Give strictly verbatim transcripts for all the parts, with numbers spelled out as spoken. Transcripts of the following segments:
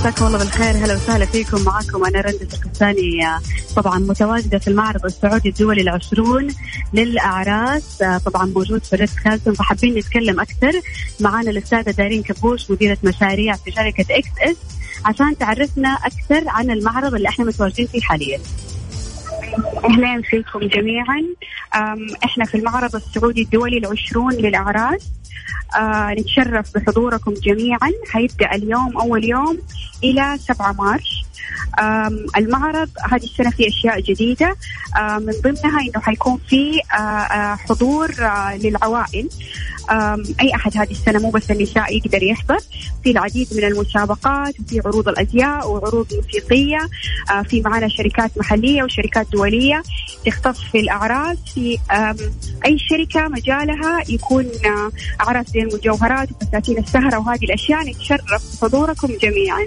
مساكم الله بالخير، هلا وسهلا فيكم. معكم أنا رندة الكستاني، طبعا متواجدة في المعرض السعودي الدولي العشرون للأعراس، طبعا موجود في ريتز كارلتون. فحابين نتكلم أكثر، معانا الأستاذة دارين كبوش مديرة مشاريع في شركة إكس إس عشان تعرفنا أكثر عن المعرض اللي احنا متواجدين فيه حاليا. أهلا فيكم جميعا. احنا في المعرض السعودي الدولي العشرون للأعراس. آه نتشرف بحضوركم جميعا. حيبدأ اليوم أول يوم إلى سبعة مارس. المعرض هذه السنة فيه أشياء جديدة، آه من ضمنها إنه حيكون فيه آه حضور آه للعوائل. أي أحد هذه السنة، مو بس النساء، يقدر يحضر. في العديد من المسابقات، وفي عروض الأزياء وعروض موسيقية. آه في معنا شركات محلية وشركات دولية تختص في الأعراس. في أي شركة مجالها يكون آه أعراس زي المجوهرات وفساتين السهرة وهذه الأشياء. نتشرف بحضوركم جميعا.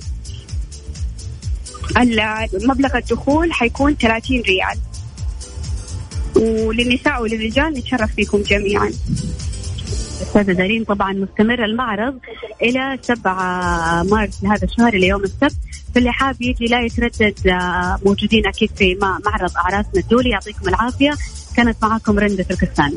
مبلغ الدخول حيكون ثلاثين ريال، وللنساء وللرجال. نتشرف فيكم جميعا. أستاذة دارين، طبعا مستمر المعرض إلى سبعة مارس لهذا الشهر إلى يوم السبت. فاللي حاب يجي لا يتردد، موجودين أكيد في معرض أعراسنا الدولي. يعطيكم العافية. كانت معكم رندة الكستاني.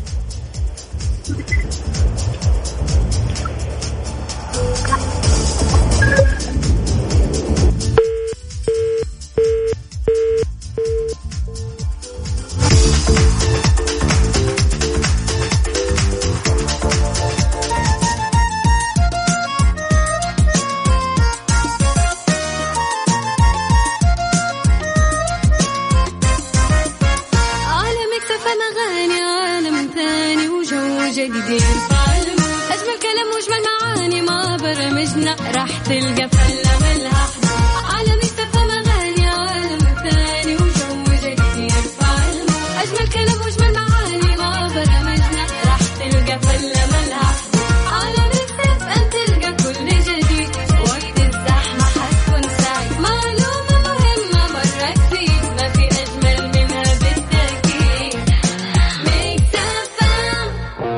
أجمل كلام وأجمل معاني ما برمجنا راح تلقى فلة ملها عالم يستفهم أغاني عالم ثاني وجو جديد يرفع. أجمل كلام وأجمل معاني ما برمجنا راح تلقى فلة ملها عالم يستفهم تلقى كل جديد. وقت الزحمة حتكون سعيد. معلومة مهمة مرة تفيد، ما في أجمل منها بالتأكيد. ميكس إف إم.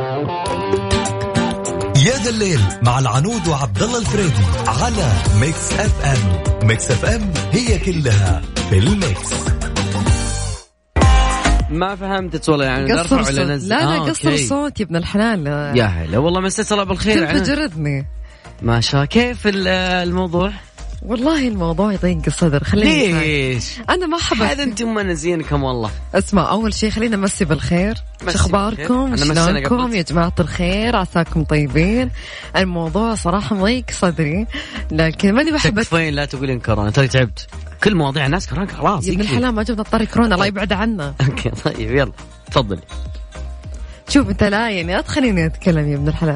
يا ذا الليل مع العنود وعبد الله الفريدي على ميكس اف ام. ميكس اف ام هي كلها في الميكس. ما فهمت والله، يعني ارفع ولا نزل؟ لا لا آه قصر الصوت يا ابن الحلال. يا هلا والله، مساء الله بالخير. تنفجردني ما شاء. كيف الموضوع؟ والله الموضوع يضيق الصدر. خليني ليش؟ أنا ما أحب هذا أنتم منزينكم والله. اسمع، أول شيء خلينا نمسي بالخير. شو أخباركم؟ شلونكم يا جماعة الخير؟ عساكم طيبين. الموضوع صراحة مضيق صدري، لكن ماني بحب. تكفين لا تقولين كورونا، ترى تعبت. كل مواضيع الناس كورونا خلاص. يا ابن الحلال ما جبنا طاري كورونا، الله يبعد عنا. أوكي طيب يلا تفضلي. شوف أنت، لا يعني أتخليني أتكلم يا ابن الحلال.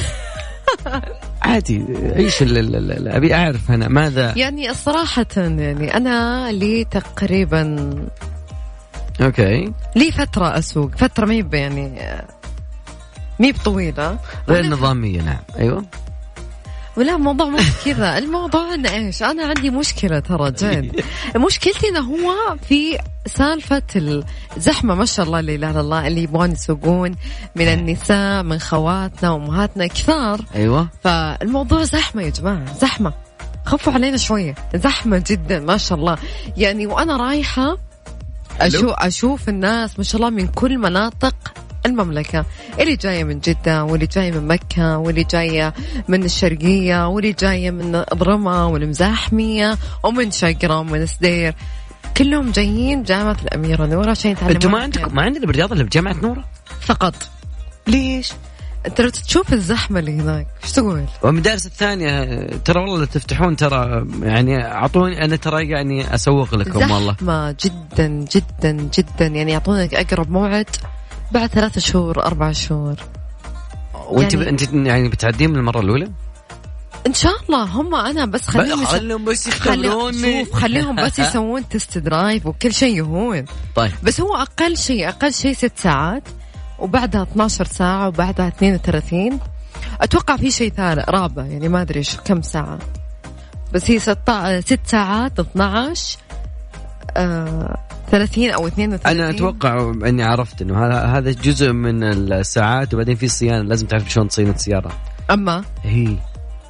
عادي. ايش اللي ابي اعرف انا ماذا يعني الصراحه؟ يعني انا لي تقريبا اوكي لي فتره اسوق، فتره مي يعني مي بطويله، غير نظاميه. نعم ايوه. ولا موضوع مو كذا. الموضوع أن إيش، أنا عندي مشكلة ترى جد. مشكلتي أنه هو في سالفة الزحمة ما شاء الله لا إله إلا الله اللي يبغون يسوقون من النساء، من خواتنا وأمهاتنا كثار. أيوة. فالموضوع زحمة يا جماعة، زحمة. خفوا علينا شوية، زحمة جدا ما شاء الله يعني. وأنا رايحة أشوف, أشوف الناس ما شاء الله من كل مناطق المملكة، اللي جاية من جدة، واللي جاية من مكة، واللي جاية من الشرقية، واللي جاية من ضرمة والمزاحمية ومن شقرة ومن سدير. كلهم جايين جامعة الأميرة نورة عشان يتعلمون. انتوا ما عندكم ما عندنا بالرياض اللي بجامعة نورة فقط؟ ليش؟ انت لو تشوف الزحمة اللي هناك ايش تقول؟ والمدارس الثانية ترى والله تفتحون، ترى يعني اعطوني انا ترى يعني اسوق لكم والله. زحمة جدا جدا جدا يعني، يعطونك اقرب موعد بعد ثلاثة شهور أربعة شهور. وانت يعني انت يعني بتعدين من المرة الأولى إن شاء الله. هم أنا بس خليهم خليهم بس يختبروني، شوف خليهم بس يسوون تست درايف وكل شيء يهون. طيب بس هو أقل شيء أقل شيء ست ساعات، وبعدها اثنتي عشرة ساعة، وبعدها اثنين وثلاثين. أتوقع في شيء ثالث رابع يعني ما أدري إيش كم ساعة، بس هي ستة ست ساعات اثنتي عشرة آه ثلاثين أو اثنين وثلاثين. أنا أتوقع أني عرفت إنه هذا هذا جزء من الساعات، وبعدين في الصيانة لازم تعرف شلون تصين السيارة. أما هي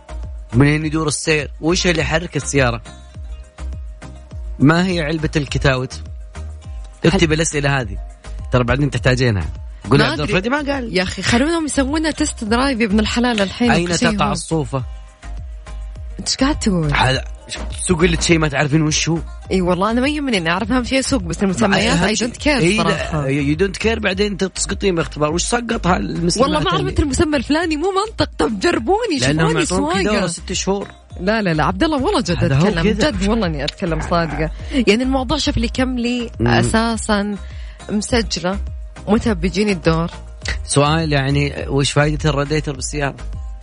منين يدور السير، وش اللي يحرك السيارة، ما هي علبة الكتاوت. اكتب الأسئلة هذه ترى بعدين تحتاجينها. قول عبد الفريدي ما قال. يا أخي خلونهم يسوونها تست درايف يا ابن الحلال الحين. أين تقع الصوفة؟ إيش قاعد تقول؟ سوق اللي شيء ما تعرفين وش هو. اي والله انا ما يهمني اني اعرف اهم شيء سوق، بس المسميات اي دونت كير صراحه. يو دونت كير بعدين تسقطين باختبار وش سقطها المسمى. والله ما عرفت المسمى الفلاني مو منطق. طب جربوني شوفوني سواقه ست شهور. لا لا لا عبد الله والله جد اتكلم جد والله اني اتكلم صادقه. يعني الموضوع شوف لي كم لي اساسا مسجله متى بيجيني الدور. سؤال يعني وش فائده الراديتر بالسياره؟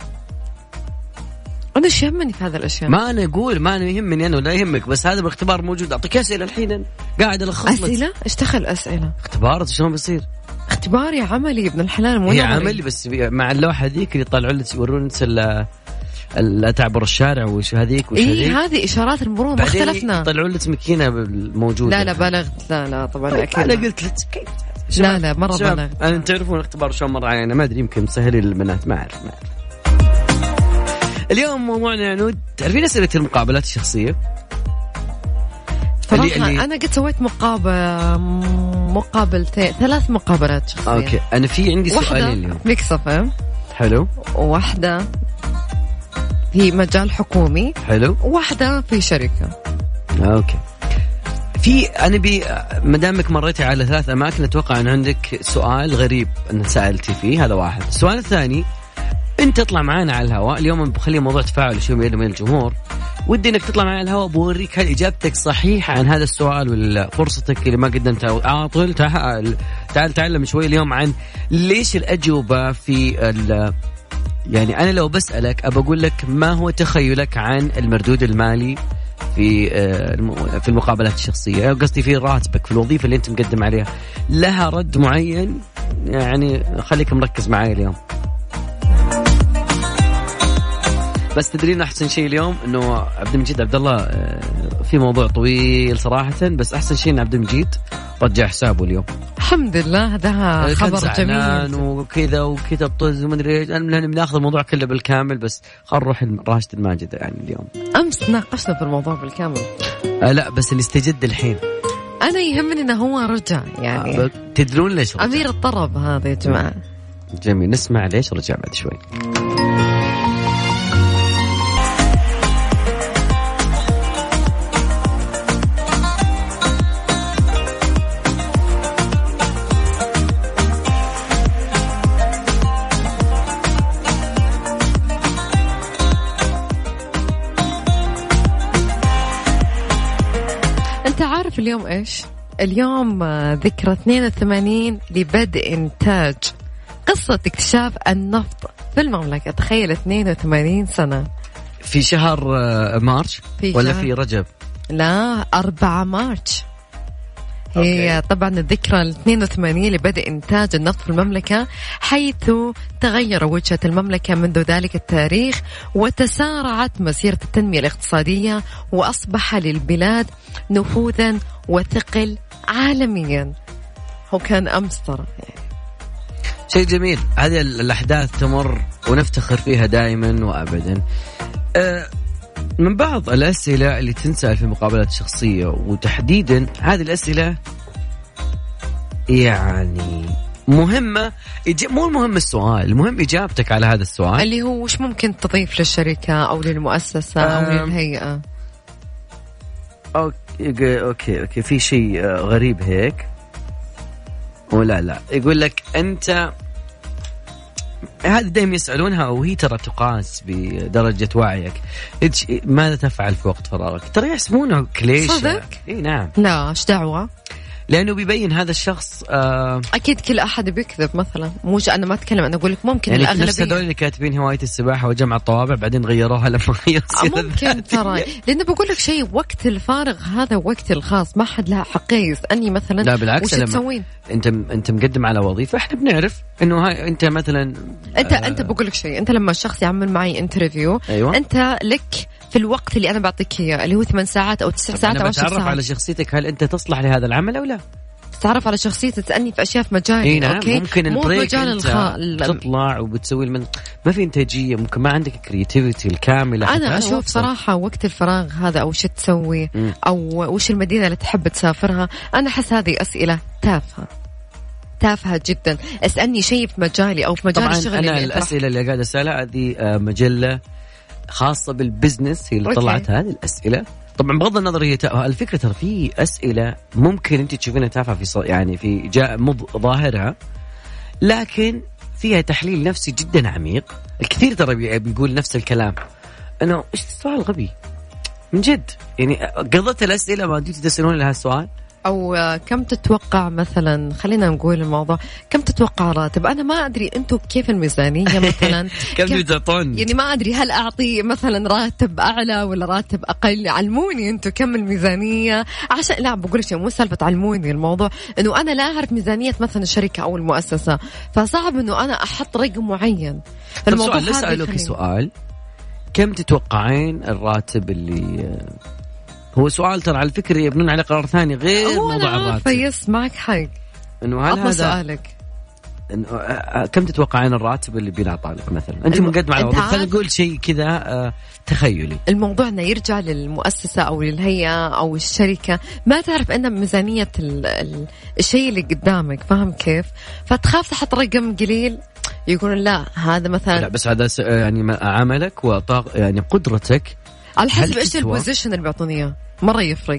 أنا إيش يهمني في هذا الأشياء؟ ما أنا أقول ما أنا يهمني أنا ولا يهمك، بس هذا بالاختبار موجود. أعطيك أسئلة الحين قاعد ألخص لك. أسئلة؟ اشتغل أسئلة. اختبار شلون بيصير؟ اختباري عملي ابن الحلال مو هي عملي بس مع اللوحة ذيك اللي يطلعون لك يورون لك لا تعبر الشارع وش هذيك وش هذيك. إيه هذه إشارات المرور ما اختلفنا. يطلعون لك ماكينة موجودة. لا لا بلغت. لا لا طبعا أكيد. أنا قلت لك كيف. لا لا مرة بلغت. أنا تعرفون الاختبار شلون مرة علينا ما أدري يمكن مسهل للبنات ما أعرف ما أعرف. اليوم موضوعنا يا نود تعرفين أسئلة المقابلات الشخصية. صراحة اللي أنا قد سويت مقابلة مقابلتين ثلاث مقابلات شخصية. أوكي أنا في عندي سؤالين اليوم. ميكس اف ام حلو. واحدة في مجال حكومي. حلو. واحدة في شركة. أوكي. في أنا بي مدامك مريتي على ثلاث أماكن أتوقع أن عندك سؤال غريب أن سألتي فيه. هذا واحد. السؤال الثاني انت تطلع معنا على الهواء اليوم بخلي موضوع تفاعل شوي من الجمهور. ودي انك تطلع معنا على الهواء بوريك هل اجابتك صحيحه عن هذا السؤال ولا فرصتك اللي ما قدمتها. عاطل تعال تعال تعلم شوي اليوم عن ليش الاجوبه في يعني انا لو بسالك ابى اقول لك ما هو تخيلك عن المردود المالي في في المقابلات الشخصيه. قصدي في راتبك في الوظيفه اللي انت مقدم عليها لها رد معين. يعني خليك مركز معي اليوم. بس تدرين أحسن شيء اليوم إنه عبد المجيد عبد الله في موضوع طويل صراحة، بس أحسن شيء إن عبد المجيد رجع حسابه اليوم الحمد لله. ده خبر جميل وكذا وكتب طز وما أدري إيش. أنا بناخذ الموضوع كله بالكامل، بس خل نروح راشد الماجد يعني اليوم. أمس ناقشنا في الموضوع بالكامل. آه لا بس اللي استجد الحين أنا يهمني إنه هو رجع يعني. آه تدرون ليش رجع؟ أمير الطرب هذا يا جماعة. جميل نسمع ليش رجع بعد شوي. اليوم إيش؟ اليوم ذكرى اثنين وثمانين لبدء إنتاج قصة اكتشاف النفط في المملكة. تخيل اثنين وثمانين سنة في شهر مارس في ولا في رجب؟ لا أربعة مارس. هي أوكي. طبعا الذكرى الاثنين وثمانين لبدء إنتاج النفط في المملكة، حيث تغير وجهة المملكة منذ ذلك التاريخ وتسارعت مسيرة التنمية الاقتصادية وأصبح للبلاد نفوذا وثقل عالميا. هو كان أمس ترى يعني. شيء جميل. هذه الأحداث تمر ونفتخر فيها دائما وأبدا. أه من بعض الأسئلة اللي تنسأل في المقابلات الشخصية، وتحديدا هذه الأسئلة يعني مهمة. مو المهم السؤال، المهم إجابتك على هذا السؤال اللي هو وش ممكن تضيف للشركة أو للمؤسسة أو للهيئة. أوكي أوكي أوكي في شيء غريب هيك ولا لا. يقول لك أنت هذا دائما يسألونها وهي ترى تقاس بدرجة وعيك. ماذا تفعل في وقت فراغك؟ ترى يحسبونه كليشة. صدق؟ إيه نعم. لا إيش دعوة؟ لأنه بيبين هذا الشخص آه أكيد كل أحد بيكذب مثلا. مو أنا ما أتكلم، أنا أقول لك ممكن يعني الأغلبية نفس هذول اللي كاتبين هواية السباحة وجمع الطوابع بعدين غيروها لما غيروا ممكن ترى. لأنه بقول لك شيء، وقت الفارغ هذا وقت الخاص ما حد لها حقيقة يسألني مثلا. لا بالعكس، لما أنت أنت مقدم على وظيفة إحنا بنعرف إنه هاي أنت مثلا أنت آه أنت بقول لك شيء. أنت لما الشخص يعمل معي انترفيو أيوة. أنت لك في الوقت اللي أنا بعطيك إياه اللي هو ثمان ساعات أو تسع ساعات أو عشر ساعات. أنا بتعرف على شخصيتك، هل أنت تصلح لهذا العمل أو لا؟ تتعرف على شخصيتي، تسألني في أشياء في مجالي. إيه نعم. أوكي؟ ممكن البريك الخ... تطلع وبتسوي المن... ما في إنتاجية، ممكن ما عندك كرياتيفيتي الكاملة. أنا أشوف وقت صراحة وقت الفراغ هذا أو شو تسوي م. أو وش المدينة اللي تحب تسافرها، أنا أحس هذه أسئلة تافهة تافهة جدا. اسألني شيء في مجالي أو في مجال طبعا الشغل. أنا الأسئلة اللي قاعد أسألها هذه مجلة خاصة بالبزنس هي اللي أوكي. طلعت هذه الأسئلة. طبعا بغض النظر هي تافهة، الفكرة ترى في أسئلة ممكن أنت تشوفينها تافهة في ص... يعني في جاء مض... ظاهرها، لكن فيها تحليل نفسي جدا عميق. الكثير ترى بيقول نفس الكلام، أنه إيش السؤال غبي من جد. يعني قضت الأسئلة ما جيتوا تسألون لها السؤال. أو كم تتوقع مثلا، خلينا نقول الموضوع كم تتوقع راتب. أنا ما أدري أنتم كيف الميزانية مثلا كم تعطون، يعني ما أدري هل أعطي مثلا راتب أعلى ولا راتب أقل. علموني أنتم كم الميزانية، عشان لا بقول شيء مو سالفة علموني، الموضوع إنه أنا لا أعرف ميزانية مثلا الشركة أو المؤسسة، فصعب إنه أنا أحط رقم معين. الموضوع هذا أسألك سؤال، كم تتوقعين الراتب اللي هو سؤال ترى على فكرة يبنون على قرار ثاني غير موضوع الراتب. فيس معك حق إنه هل هذا سؤالك إنه كم تتوقعين الراتب اللي بينعطى لك مثلا أنت الم... مقدم على وظيفة، خلينا نقول شيء كذا تخيلي. الموضوع إنه يرجع للمؤسسة أو للهيئة أو الشركة، ما تعرف أن ميزانية ال... ال... الشيء اللي قدامك، فاهم كيف؟ فتخاف تحط رقم قليل يقولون لا هذا مثلا لا، بس هذا يعني عملك وطاق يعني قدرتك على حسب إيش البوزيشن اللي بيعطوني إياه، مرة يفرق.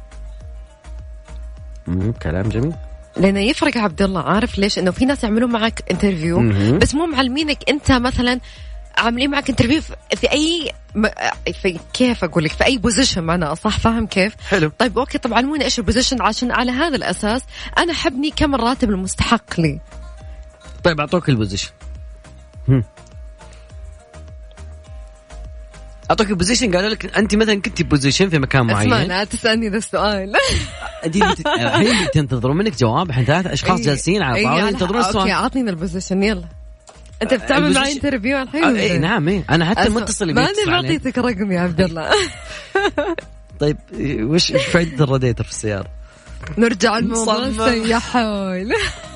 امم كلام جميل. لأنه يفرق عبد الله، عارف ليش؟ إنه في ناس يعملون معك انترفيو بس مو معلمينك أنت مثلا عاملين معك انترفيو في أي في كيف أقول لك في أي بوزيشن معنا، صح؟ فاهم كيف؟ حلو. طيب أوكي، طب علموني إيش البوزيشن عشان على هذا الأساس أنا حبني كم الراتب المستحق لي. طيب أعطوك البوزيشن، أعطوك البوزيشن، قالوا لك أنت مثلا كنت بوزيشن في مكان معين. اسمع لا تسألني ذا السؤال. الحين تنتظرون منك جواب، الحين ثلاث أشخاص جالسين على طاولة ينتظرون السؤال. أوكي أعطينا البوزيشن يلا. أنت بتعمل معي انترفيو الحين؟ إيه نعم إيه. أنا حتى متصل ما أنا ما أعطيتك رقم يا عبد الله. طيب وش فائدة الراديتر في السيارة؟ نرجع الموضوع يا حول.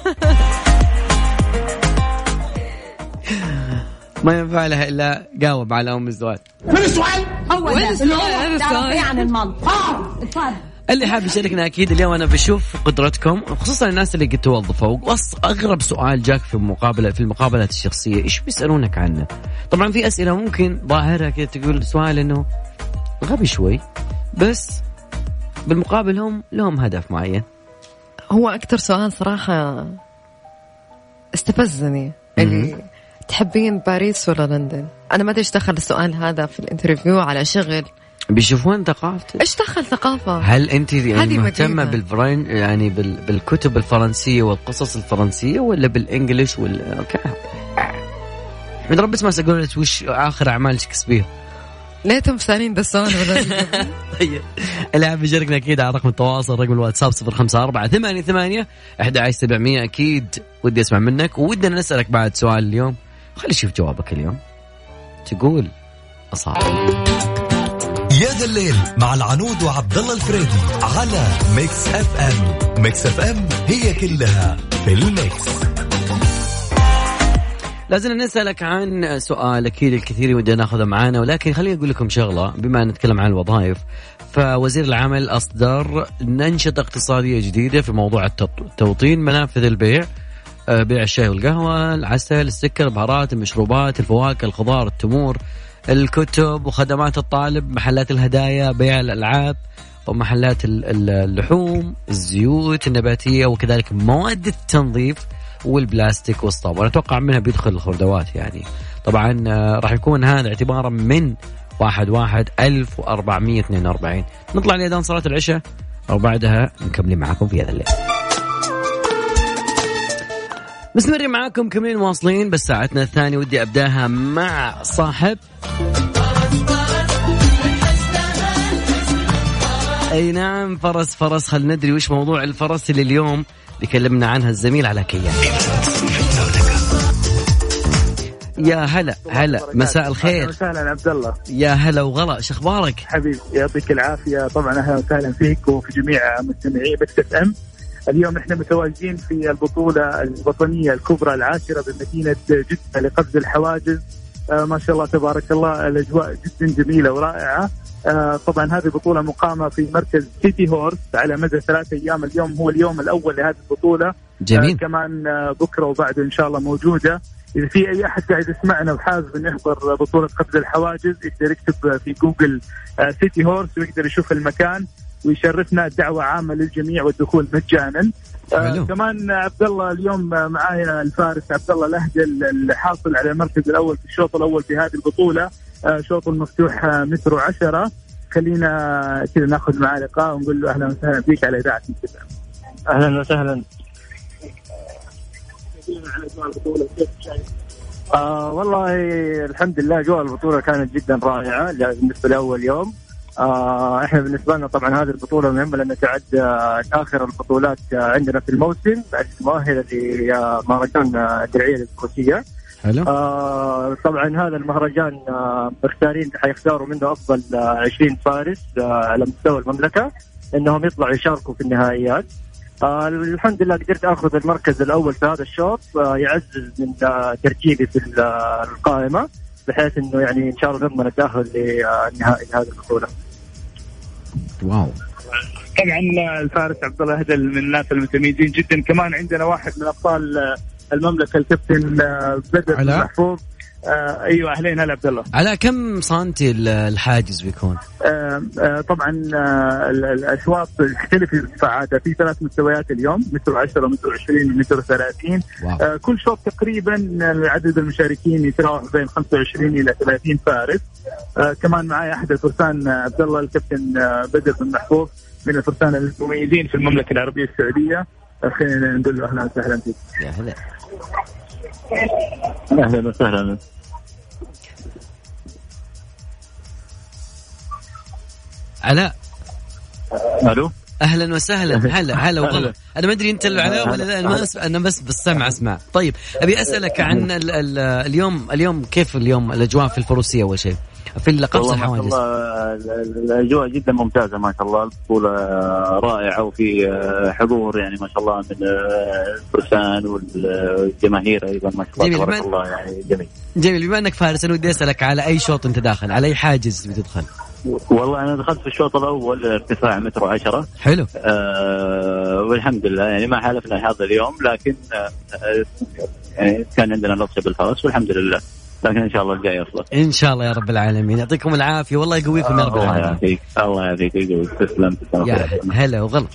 ما ينفع لها إلا جاوب على أم الزواج. من السؤال؟ هو ده السؤال. تعرف إيه عن المنطق؟ آه اتفضل. اللي حاب يشاركنا أكيد اليوم، أنا بشوف قدرتكم خصوصا الناس اللي قد توظفوا. أغرب سؤال جاك في مقابلة في المقابلات الشخصية إيش بيسألونك عنه؟ طبعا في أسئلة ممكن ظاهرها كده تقول سؤال إنه غبي شوي، بس بالمقابل هم لهم هدف معين. هو أكتر سؤال صراحة استفزني اللي تحبين باريس ولا لندن؟ أنا ما أدري إيش دخل السؤال هذا في الانترفيو على شغل. بيشوفون ثقافتك. إيش دخل ثقافة؟ هل أنت يعني مهتمة بالفرن يعني بال... بالكتب الفرنسية والقصص الفرنسية ولا بالإنجليش ولا أوكي؟ من رب اسمع سأقول لك وش آخر أعمال شكسبير؟ ليتهم سالين ده السؤال ولا؟ طيب اللي حاب يشاركنا أكيد على رقم التواصل رقم الواتساب صفر خمسة أربعة ثمانية ثمانية أحد عشر سبعمية. أكيد ودي أسمع منك، وودنا نسألك بعد سؤال اليوم، خلي نشوف جوابك اليوم. تقول أصعب يا ذا الليل مع العنود وعبد الله الفريدي على ميكس اف ام. ميكس اف ام هي كلها في الميكس. لازم نسألك عن سؤال أكيد الكثير ودنا ناخذه معانا، ولكن خليني أقول لكم شغلة بما نتكلم عن الوظائف. فوزير العمل أصدر ننشطة اقتصادية جديدة في موضوع توطين منافذ البيع، بيع الشاي والقهوة، العسل، السكر، البهارات، المشروبات، الفواكه، الخضار، التمور، الكتب وخدمات الطالب، محلات الهدايا، بيع الألعاب ومحلات اللحوم، الزيوت النباتية، وكذلك مواد التنظيف والبلاستيك والصابون. أنا أتوقع منها بيدخل الخردوات يعني. طبعا راح يكون هذا اعتبارا من واحد واحد ألف وأربعمية اثنين وأربعين. نطلع لأذان صلاة العشاء وبعدها نكمل معكم في هذا الليل. مستمرين معاكم كمين واصلين، بس ساعتنا الثانية ودي أبداها مع صاحب أي نعم فرس فرس. خل ندري وش موضوع الفرس اللي اليوم بيكلمنا عنها الزميل على كيان. يا هلا هلا مساء الخير. وسهلا عبد الله. يا هلا وغلا، شو اخبارك؟ حبيبي يعطيك العافيه. طبعا اهلا وسهلا فيك وفي جميع مستمعي مكس اف ام. اليوم احنا متواجدين في البطولة الوطنية الكبرى العاشرة بمدينة جدة لقفز الحواجز. آه ما شاء الله تبارك الله، الأجواء جدا جميلة ورائعة. آه طبعا هذه البطولة مقامة في مركز سيتي هورس على مدى ثلاثة أيام. اليوم هو اليوم الأول لهذه البطولة. جميل. آه كمان آه بكرة وبعده إن شاء الله موجودة. إذا في أي أحد قاعد يسمعنا وحابب إنه يحضر بطولة قفز الحواجز يقدر يكتب في جوجل آه سيتي هورس ويقدر يشوف المكان ويشرفنا. الدعوة عامة للجميع والدخول مجانا. آه كمان عبد الله اليوم معايا الفارس عبد الله الأهجل الحاصل على المركز الأول في الشوط الأول في هذه البطولة، آه شوط المفتوح آه متر وعشرة. خلينا كذا ناخذ معاه لقاء ونقول له أهلا وسهلا فيك على إذاعة مكس اف ام. أهلا وسهلا. آه والله الحمد لله جوا البطولة كانت جدا رائعة بالنسبة لأول يوم. آه احنا بالنسبة لنا طبعا هذه البطولة مهمة لأنها تعد آخر البطولات عندنا في الموسم المؤهلة لمهرجان الدرعية الفروسية. آه طبعا هذا المهرجان آه مختارين حيختاروا منه أفضل آه عشرين فارس آه على مستوى المملكة إنهم يطلعوا يشاركوا في النهائيات. آه الحمد لله قدرت أخذ المركز الأول في هذا الشوط، آه يعزز من آه ترتيبي في القائمة بحيث إنه يعني إن شاء الله نضمن التأهل للنهائي هذه البطولة. واو. طبعا الفارس عبد الله هذا من الناس المتميزين جدا. كمان عندنا واحد من أبطال المملكة الكابتن بدر محفوظ. آه ايوه اهلين. هلا عبد الله. على كم سنتي الحاجز بيكون؟ آه آه طبعا آه الاشواط تختلف في ارتفاعاتها. في ثلاث مستويات اليوم، متر عشرة متر عشرين ومتر ثلاثين. آه كل شوط تقريبا عدد المشاركين يتراوح بين خمسة وعشرين الى ثلاثين فارس. آه كمان معي احد الفرسان عبد الله الكابتن آه بدر بن محفوظ من الفرسان المميزين في المملكة العربية السعودية. آه خلينا نقول له اهلا وسهلا فيك. يا هلا. اهلا وسهلا. علاء. الو. اهلا وسهلا. هلا هلا والله. انا ما ادري انت اللي علاء ولا لا. انا ما أسمع. انا بس بالسمع اسمع. طيب ابي اسالك عن ال ال اليوم اليوم كيف اليوم الاجواء في الفروسيه اول شيء في القفز الحواجز؟ الاجواء جدا ممتازه ما شاء الله. البطوله رائعه وفي حضور يعني ما شاء الله من الفرسان والجماهير ايضا ما شاء الله تبارك الله يعني جميل. جميل. بما انك فارس انا ودي اسالك على اي شوط انت داخل، على اي حاجز بتدخل؟ والله أنا دخلت في الشوط الأول ارتفاع متر وعشرة. حلو. آه والحمد لله يعني ما حالفنا هذا اليوم، لكن آه يعني كان عندنا لطشة بالفرس والحمد لله، لكن إن شاء الله الجاي أفضل إن شاء الله يا رب العالمين. يعطيكم العافية والله يقويكم. آه يا رب العالمين. الله يعافيك. الله يعافيك ويقويك. تسلم تسلم. يا هلا وغلط.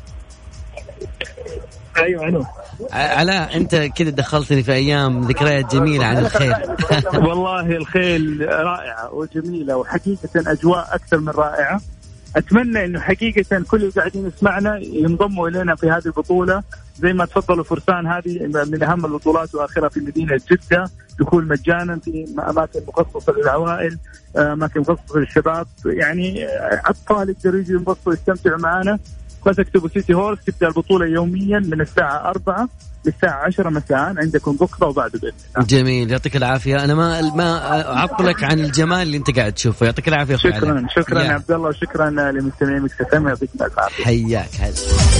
ايوه انا علاء انت كده دخلتني في ايام ذكريات جميله عن الخيل. والله الخيل رائعه وجميله وحقيقه اجواء اكثر من رائعه. اتمنى انه حقيقه كل اللي قاعدين يسمعنا ينضموا الينا في هذه البطوله زي ما تفضلوا فرسان. هذه من اهم البطولات واخرها في مدينه جده، دخول مجانا في اماكن مخصصه للعوائل، اماكن مخصصه للشباب، يعني اطفال يقدروا يجوا ينبسطوا يستمتعوا معنا. بس اكتبوا سيتي هورس. تبدأ البطولة يوميا من الساعة أربعة للساعة عشرة مساء عندكم بكرة وبعد بإذن الله. جميل. يعطيك العافية. أنا ما ما أعطلك عن الجمال اللي أنت قاعد تشوفه. يعطيك العافية. شكرا عليك. شكرا يا عبد الله وشكرا لمستمعين مكس اف ام. يعطيك العافية. حياك. هلا.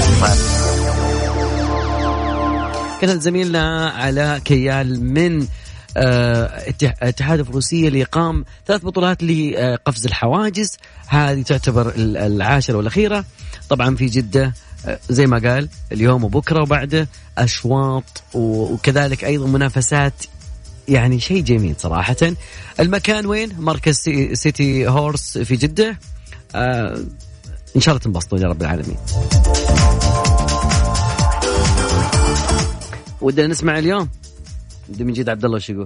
كان زميلنا علاء كيال من اتحاد الفروسية لإقام ثلاث بطولات لقفز الحواجز. هذه تعتبر العاشرة والأخيرة طبعا في جدة زي ما قال اليوم وبكرة وبعده أشواط وكذلك أيضا منافسات، يعني شيء جميل صراحة. المكان وين؟ مركز سيتي هورس في جدة. آه إن شاء الله تنبسطوا يا رب العالمين. ودنا نسمع اليوم بدي من جد عبد الله شو يقول.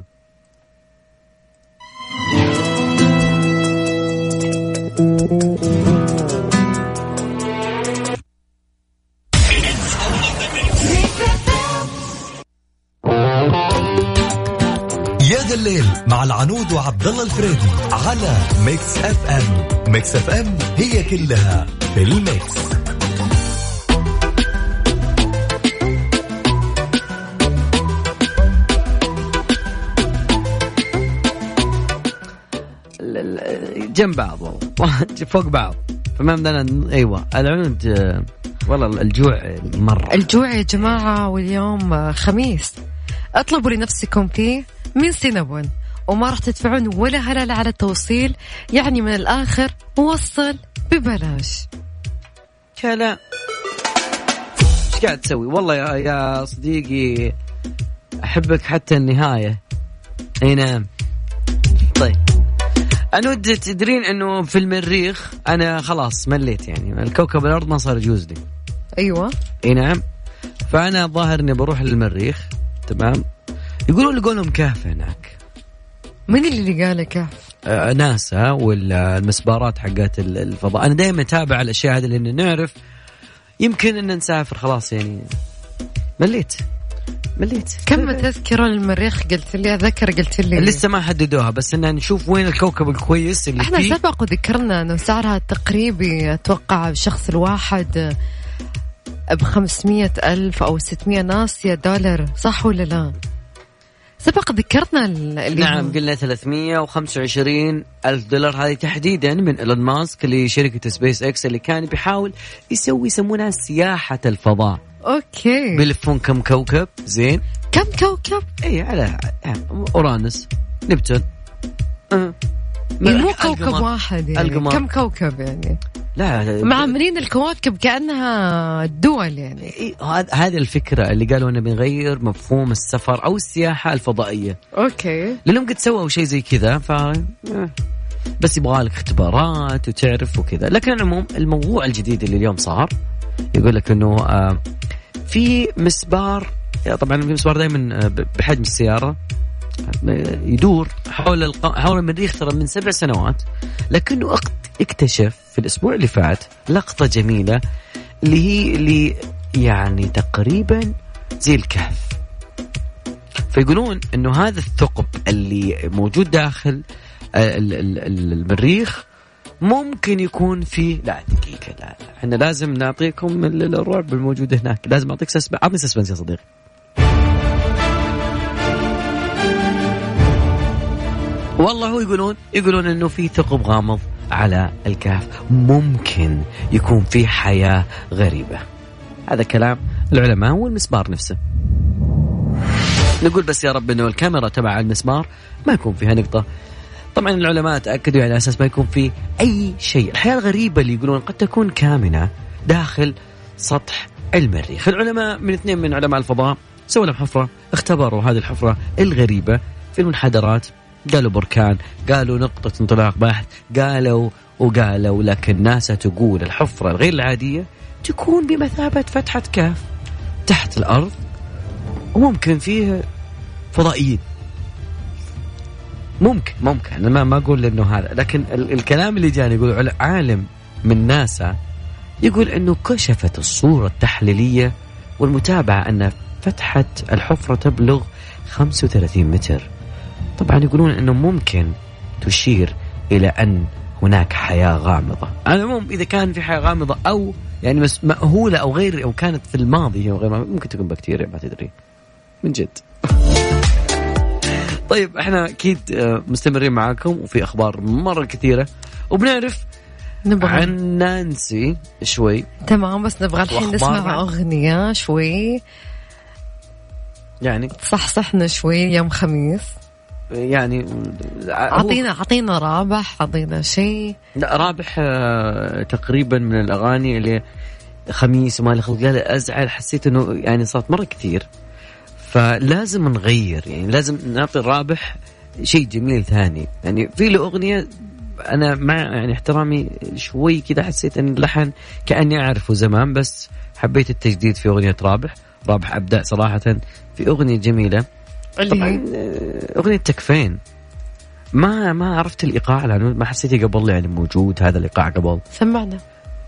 يا ذا الليل مع العنود وعبد الله الفريدي على ميكس اف ام. ميكس اف ام هي كلها في الميكس. جنب بعض فوق بعض فما بدنا. ايوه العنود والله الجوع مرة. الجوع يا جماعة، واليوم خميس، اطلبوا لنفسكم فيه من سينابون وما راح تدفعون ولا هلال على التوصيل، يعني من الآخر وصل ببلاش. كلا ايش قاعد تسوي؟ والله يا, يا صديقي أحبك حتى النهاية. اي نعم. طيب أنا ودي تدرين أنه في المريخ أنا خلاص مليت، يعني الكوكب الأرض ما صار يجوز لي. أيوة اي نعم. فأنا ظاهر أني بروح للمريخ. تمام. يقولون لقولهم كهف هناك. من اللي قال كهف؟ آه ناسا والمسبارات حقات الفضاء. أنا دائما أتابع الأشياء هذه لأن نعرف يمكن أن نسافر خلاص، يعني مليت مليت. كم تذكرة للمريخ؟ قلت لي أذكر، قلت لي لسه ما حددوها، بس إن نشوف وين الكوكب الكويس اللي احنا فيه. سبق وذكرنا أنه سعرها تقريبي أتوقع الشخص الواحد بخمسمية ألف أو ستمية ناسية دولار، صح ولا لا؟ سبق ذكرنا اللي نعم، قلنا ثلاثمية وخمسة وعشرين ألف دولار. هذه تحديدا من إيلون ماسك لشركة سبيس إكس اللي كان بيحاول يسوي يسمونها سياحة الفضاء. أوكي. بيلفون كم كوكب؟ زين. كم كوكب؟ أي على أورانوس، نبتون. أه. مو كوكب واحد يعني. القمر. كم كوكب يعني؟ لا معمرين الكواكب كأنها دول يعني. هذه الفكرة اللي قالوا أنه بنغير مفهوم السفر أو السياحة الفضائية. أوكي. لأنهم قد سووا شيء زي كذا، ف بس يبغالك اختبارات وتعرف وكذا. لكن العموم الموضوع الجديد اللي اليوم صار يقول لك أنه في مسبار، طبعا في مسبار دائما بحجم السيارة يدور حول الق... حول المريخ ترى من سبع سنوات، لكنه اكتشف في الأسبوع اللي فات لقطة جميلة اللي هي اللي يعني تقريبا زي الكهف. فيقولون إنه هذا الثقب اللي موجود داخل المريخ ممكن يكون فيه، لا دقيقة، لا احنا لازم نعطيكم الرعب الموجود هناك، لازم أعطيك سسبنس. أعطني سسبنس يا صديقي. والله هو يقولون يقولون إنه في ثقب غامض على الكهف، ممكن يكون في حياة غريبة. هذا كلام العلماء والمسبار نفسه. نقول بس يا رب إنه الكاميرا تبع المسبار ما يكون فيها نقطة. طبعا العلماء تأكدوا على أساس ما يكون في أي شيء. الحياة الغريبة اللي يقولون قد تكون كامنة داخل سطح المريخ. العلماء من اثنين من علماء الفضاء سووا لهم حفرة، اختبروا هذه الحفرة الغريبة في المنحدرات، قالوا بركان، قالوا نقطة انطلاق بحث، قالوا وقالوا، لكن ناسا تقول الحفرة الغير العادية تكون بمثابة فتحة كهف تحت الأرض وممكن فيه فضائيين. ممكن ممكن أنا ما ما أقول إنه هذا، لكن ال- الكلام اللي جاني يقول عالم من ناسا يقول إنه كشفت الصورة التحليلية والمتابعة أن فتحة الحفرة تبلغ خمسة وثلاثين متر. طبعا يقولون إنه ممكن تشير إلى أن هناك حياة غامضة. على العموم إذا كان في حياة غامضة أو يعني مأهولة أو غير، أو كانت في الماضي أو غير، ممكن تكون بكتيريا ما تدري من جد. طيب احنا أكيد مستمرين معاكم وفي أخبار مرة كثيرة، وبنعرف نبغى عن نانسي شوي. تمام، بس نبغى الحين نسمع أغنية شوي يعني صح صحنا شوي يوم خميس يعني. عطينا عطينا رابح، عطينا شيء. لا رابح آه تقريبا من الأغاني اللي خميس وما لخلق قال أزعل، حسيت إنه يعني صارت مرة كثير، فلازم نغير، يعني لازم نعطي الرابح شيء جميل ثاني. يعني في له أغنية أنا مع يعني احترامي شوي كده حسيت أن اللحن كأني أعرفه زمان، بس حبيت التجديد في أغنية رابح. رابح أبدع صراحة في أغنية جميلة، طبعا أغنية تكفين. ما ما عرفت الإيقاع لأنه ما حسيتي قبل يعني موجود هذا الإيقاع قبل. سمعنا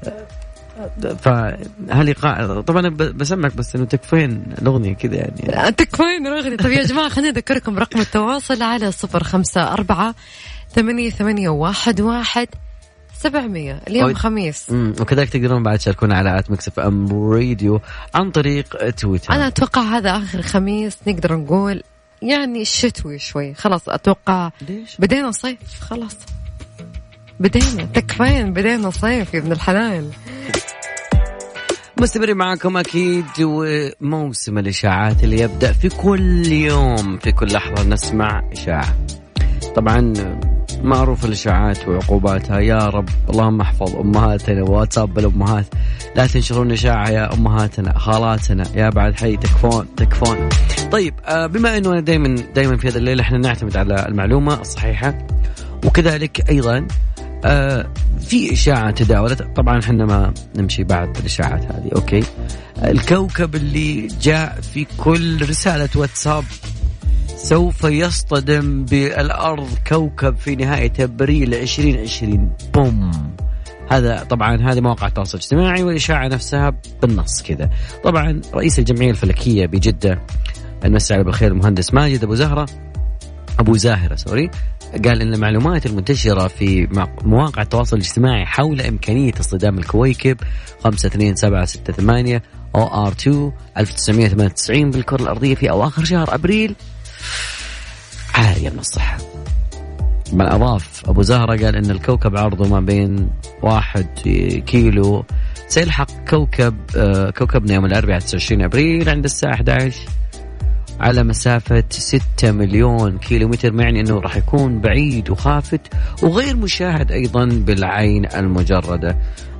فهالإيقاع طبعا بسمعك بس إنه تكفين الأغنية كذا يعني. تكفين الأغنية. طب يا جماعة خلينا نذكركم رقم التواصل على صفر خمسة أربعة ثمانية ثمانية واحد واحد سبعمية. اليوم خميس. وكذلك تقدرون بعد تشاركونا على آت ميكس إف إم راديو عن طريق تويتر. أنا أتوقع هذا آخر خميس نقدر نقول يعني الشتوي شوي، خلاص أتوقع ليش؟ بدينا صيف، خلاص بدينا تكفين، بدينا صيف يا ابن الحلال. مستمرين معاكم أكيد، وموسم الإشاعات اللي يبدأ في كل يوم، في كل لحظة نسمع إشاعة. طبعا معروف الإشاعات وعقوباتها، يا رب اللهم احفظ أمهاتنا وواتساب الأمهات، لا تنشرون إشاعة يا أمهاتنا خالاتنا يا بعد حي، تكفون تكفون. طيب بما أنه أنا دايما دايما في هذا الليل احنا نعتمد على المعلومة الصحيحة، وكذلك أيضا آه في إشاعة تداولت. طبعا احنا ما نمشي بعد الإشاعات هذه، أوكي. الكوكب اللي جاء في كل رسالة واتساب سوف يصطدم بالأرض، كوكب في نهاية أبريل عشرين عشرين، بوم. هذا طبعا هذه مواقع التواصل الاجتماعي، والإشاعة نفسها بالنص كذا. طبعا رئيس الجمعية الفلكية بجدة، المساء على بالخير، المهندس ماجد أبو زهرة أبو زاهرة سوري، قال إن المعلومات المنتشرة في مواقع التواصل الاجتماعي حول إمكانية اصطدام الكويكب خمسة اثنين سبعة ستة ثمانية أو آر اثنين ألف وتسعمائة وثمانية وتسعين بالكرة الأرضية في أواخر شهر أبريل عالية من الصحة. بل أضاف أبو زهرة قال إن الكوكب عرضه ما بين واحد كيلو، سيلحق كوكب آه كوكبنا يوم الأربعاء تسعة وعشرين أبريل عند الساعة أحد عشر على مسافة ستة مليون كيلومتر، معني أنه راح يكون بعيد وخافت وغير مشاهد أيضا بالعين المجردة.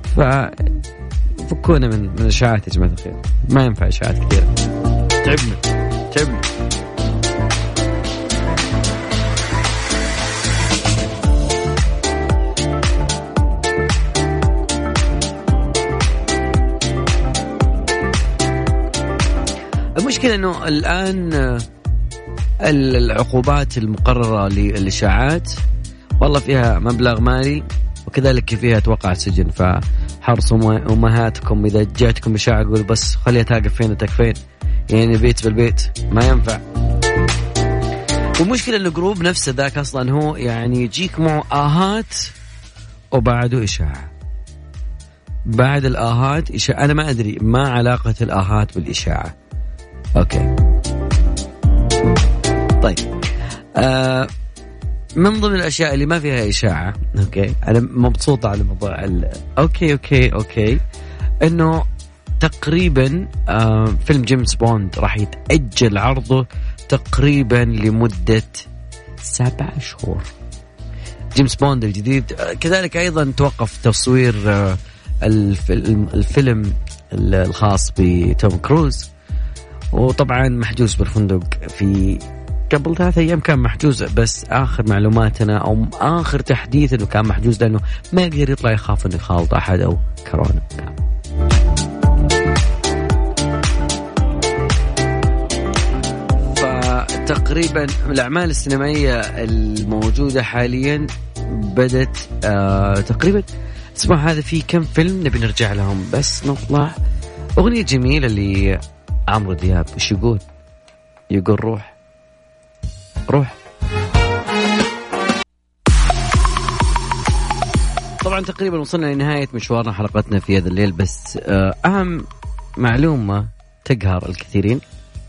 ففكونا من من الإشاعات يا جماعة الخير، ما ينفع إشاعات كثيرة، تعبنا تعبنا. المشكلة أنه الآن العقوبات المقررة للإشاعات والله فيها مبلغ مالي، وكذلك فيها أتوقع سجن. فحرصوا أمهاتكم إذا جاتكم إشاعة قول بس خليها تقف فين وتكفين، يعني بيت بالبيت ما ينفع. والمشكلة أنه جروب نفسه ذاك أصلا هو يعني يجيك معه آهات وبعده إشاعة، بعد الآهات إشاعة. أنا ما أدري ما علاقة الآهات بالإشاعة. أوكي طيب آه من ضمن الأشياء اللي ما فيها إشاعة، أوكي أنا مبسوط على موضوع ال... أوكي أوكي أوكي إنه تقريبا آه فيلم جيمس بوند راح يتأجل عرضه تقريبا لمدة سبع شهور. جيمس بوند الجديد. آه كذلك أيضا توقف تصوير آه الفيلم الخاص بتوم كروز، وطبعا محجوز بالفندق في قبل ثلاثة أيام كان محجوز، بس آخر معلوماتنا أو آخر تحديث إنه كان محجوز لأنه ما يقدر يطلع، يخاف إنه يخالط أحد أو كورونا. فتقريبا الأعمال السينمائية الموجودة حاليا بدت آه تقريبا. اسمع هذا في كم فيلم نبي نرجع لهم، بس نطلع أغنية جميلة اللي عمرو دياب. وش يقول؟ يقول روح روح. طبعا تقريبا وصلنا لنهاية مشوارنا حلقتنا في هذا الليل، بس أهم معلومة تقهر الكثيرين،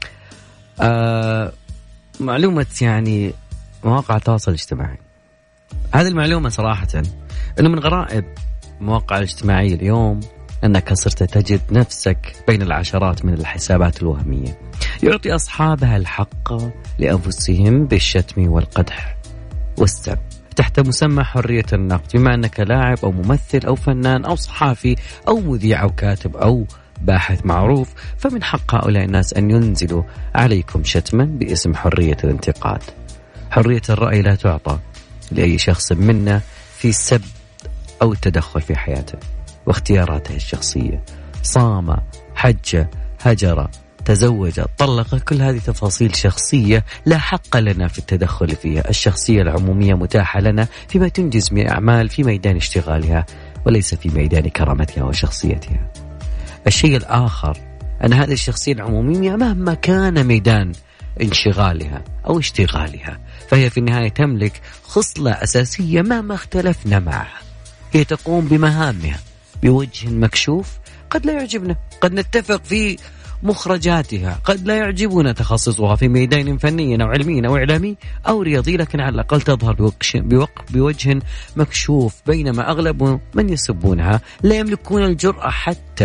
معلومة يعني مواقع التواصل الاجتماعي. هذه المعلومة صراحة أنه من غرائب مواقع الاجتماعية اليوم أنك صرت تجد نفسك بين العشرات من الحسابات الوهمية يعطي أصحابها الحق لأنفسهم بالشتم والقدح والسب تحت مسمى حرية النقد، بما أنك لاعب أو ممثل أو فنان أو صحافي أو مذيع أو كاتب أو باحث معروف، فمن حق هؤلاء الناس أن ينزلوا عليكم شتما باسم حرية الانتقاد. حرية الرأي لا تعطى لأي شخص منا في سب أو التدخل في حياته واختياراته الشخصية. صام، حج، هجر، تزوج، طلق، كل هذه تفاصيل شخصية لا حق لنا في التدخل فيها. الشخصية العمومية متاحة لنا فيما تنجز من أعمال في ميدان اشتغالها وليس في ميدان كرامتها وشخصيتها. الشيء الآخر أن هذه الشخصية العمومية مهما كان ميدان انشغالها أو اشتغالها فهي في النهاية تملك خصلة أساسية مهما اختلفنا معها، هي تقوم بمهامها بوجه مكشوف. قد لا يعجبنا، قد نتفق في مخرجاتها، قد لا يعجبنا تخصصها في ميدان فني أو علمي أو إعلامي أو رياضي، لكن على الأقل تظهر بوجه مكشوف، بينما أغلب من يسبونها لا يملكون الجرأة حتى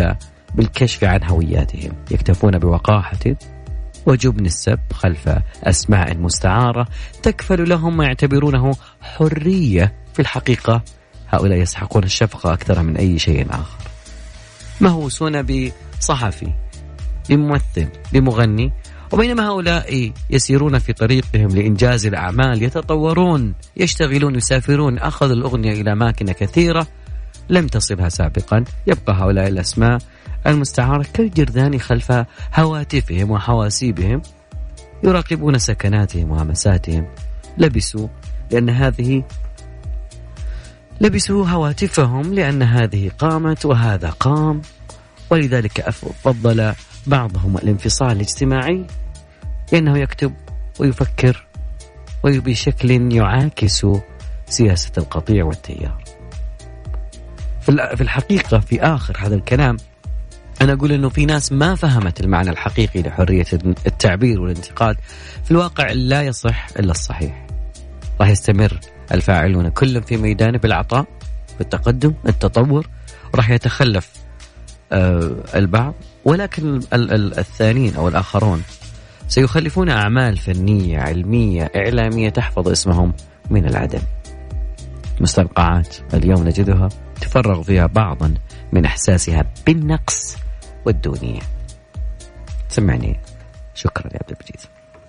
بالكشف عن هوياتهم، يكتفون بوقاحة وجبن السب خلف أسماء مستعارة تكفل لهم ما يعتبرونه حرية. في الحقيقة هؤلاء يسحقون الشفقة أكثر من أي شيء آخر، مهووسون بصحفي، بممثل، بمغني، وبينما هؤلاء يسيرون في طريقهم لإنجاز الأعمال، يتطورون، يشتغلون، يسافرون، أخذوا الأغنية إلى أماكن كثيرة لم تصلها سابقا. يبقى هؤلاء الأسماء المستعارة كالجرذان خلف هواتفهم وحواسيبهم، يراقبون سكناتهم وهمساتهم. لبسوا لأن هذه لبسوا هواتفهم لأن هذه قامت وهذا قام، ولذلك فضل بعضهم الانفصال الاجتماعي لأنه يكتب ويفكر وبشكل يعاكس سياسة القطيع والتيار. في الحقيقة في آخر هذا الكلام أنا أقول أنه في ناس ما فهمت المعنى الحقيقي لحرية التعبير والانتقاد. في الواقع لا يصح إلا الصحيح. راح يستمر الفاعلون كل في ميدانه بالعطاء، بالتقدم، التطور، وراح يتخلف آه البعض، ولكن الثانيين أو الآخرون سيخلفون أعمال فنية، علمية، إعلامية تحفظ اسمهم من العدم. مستنقعات اليوم نجدها تفرغ فيها بعضا من إحساسها بالنقص والدونية. سمعني. شكرا يا عبد المجيد.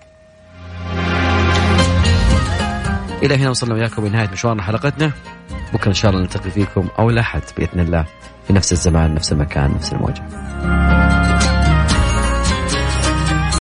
إلى هنا وصلنا وياكم بنهاية مشوارنا حلقتنا. بكرة إن شاء الله نلتقي فيكم أو الأحد بإذن الله في نفس الزمان، نفس المكان، نفس الموجة.